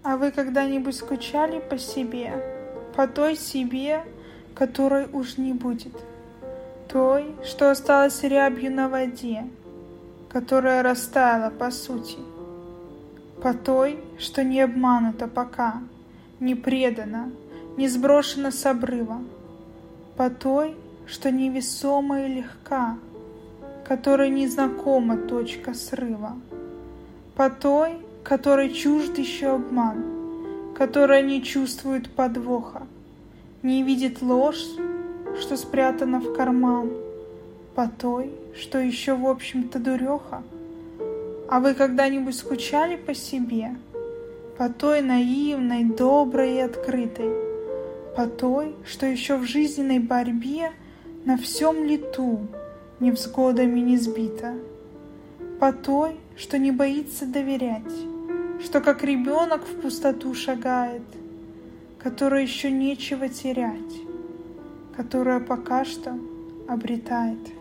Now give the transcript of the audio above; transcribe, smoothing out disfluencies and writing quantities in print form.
А вы когда-нибудь скучали по себе, по той себе, которой уж не будет, той, что осталась рябью на воде, которая растаяла по сути, по той, что не обманута пока, не предана, не сброшена с обрыва, по той, что невесома и легка, которой незнакома точка срыва, по той, которой чужд еще обман, которая не чувствует подвоха, не видит ложь, что спрятана в карман, по той, что еще в общем-то дуреха. А вы когда-нибудь скучали по себе, по той наивной, доброй и открытой, по той, что еще в жизненной борьбе на всем лету невзгодами не сбита, по той, что не боится доверять, что как ребенок в пустоту шагает, которой еще нечего терять, которая пока что обретает.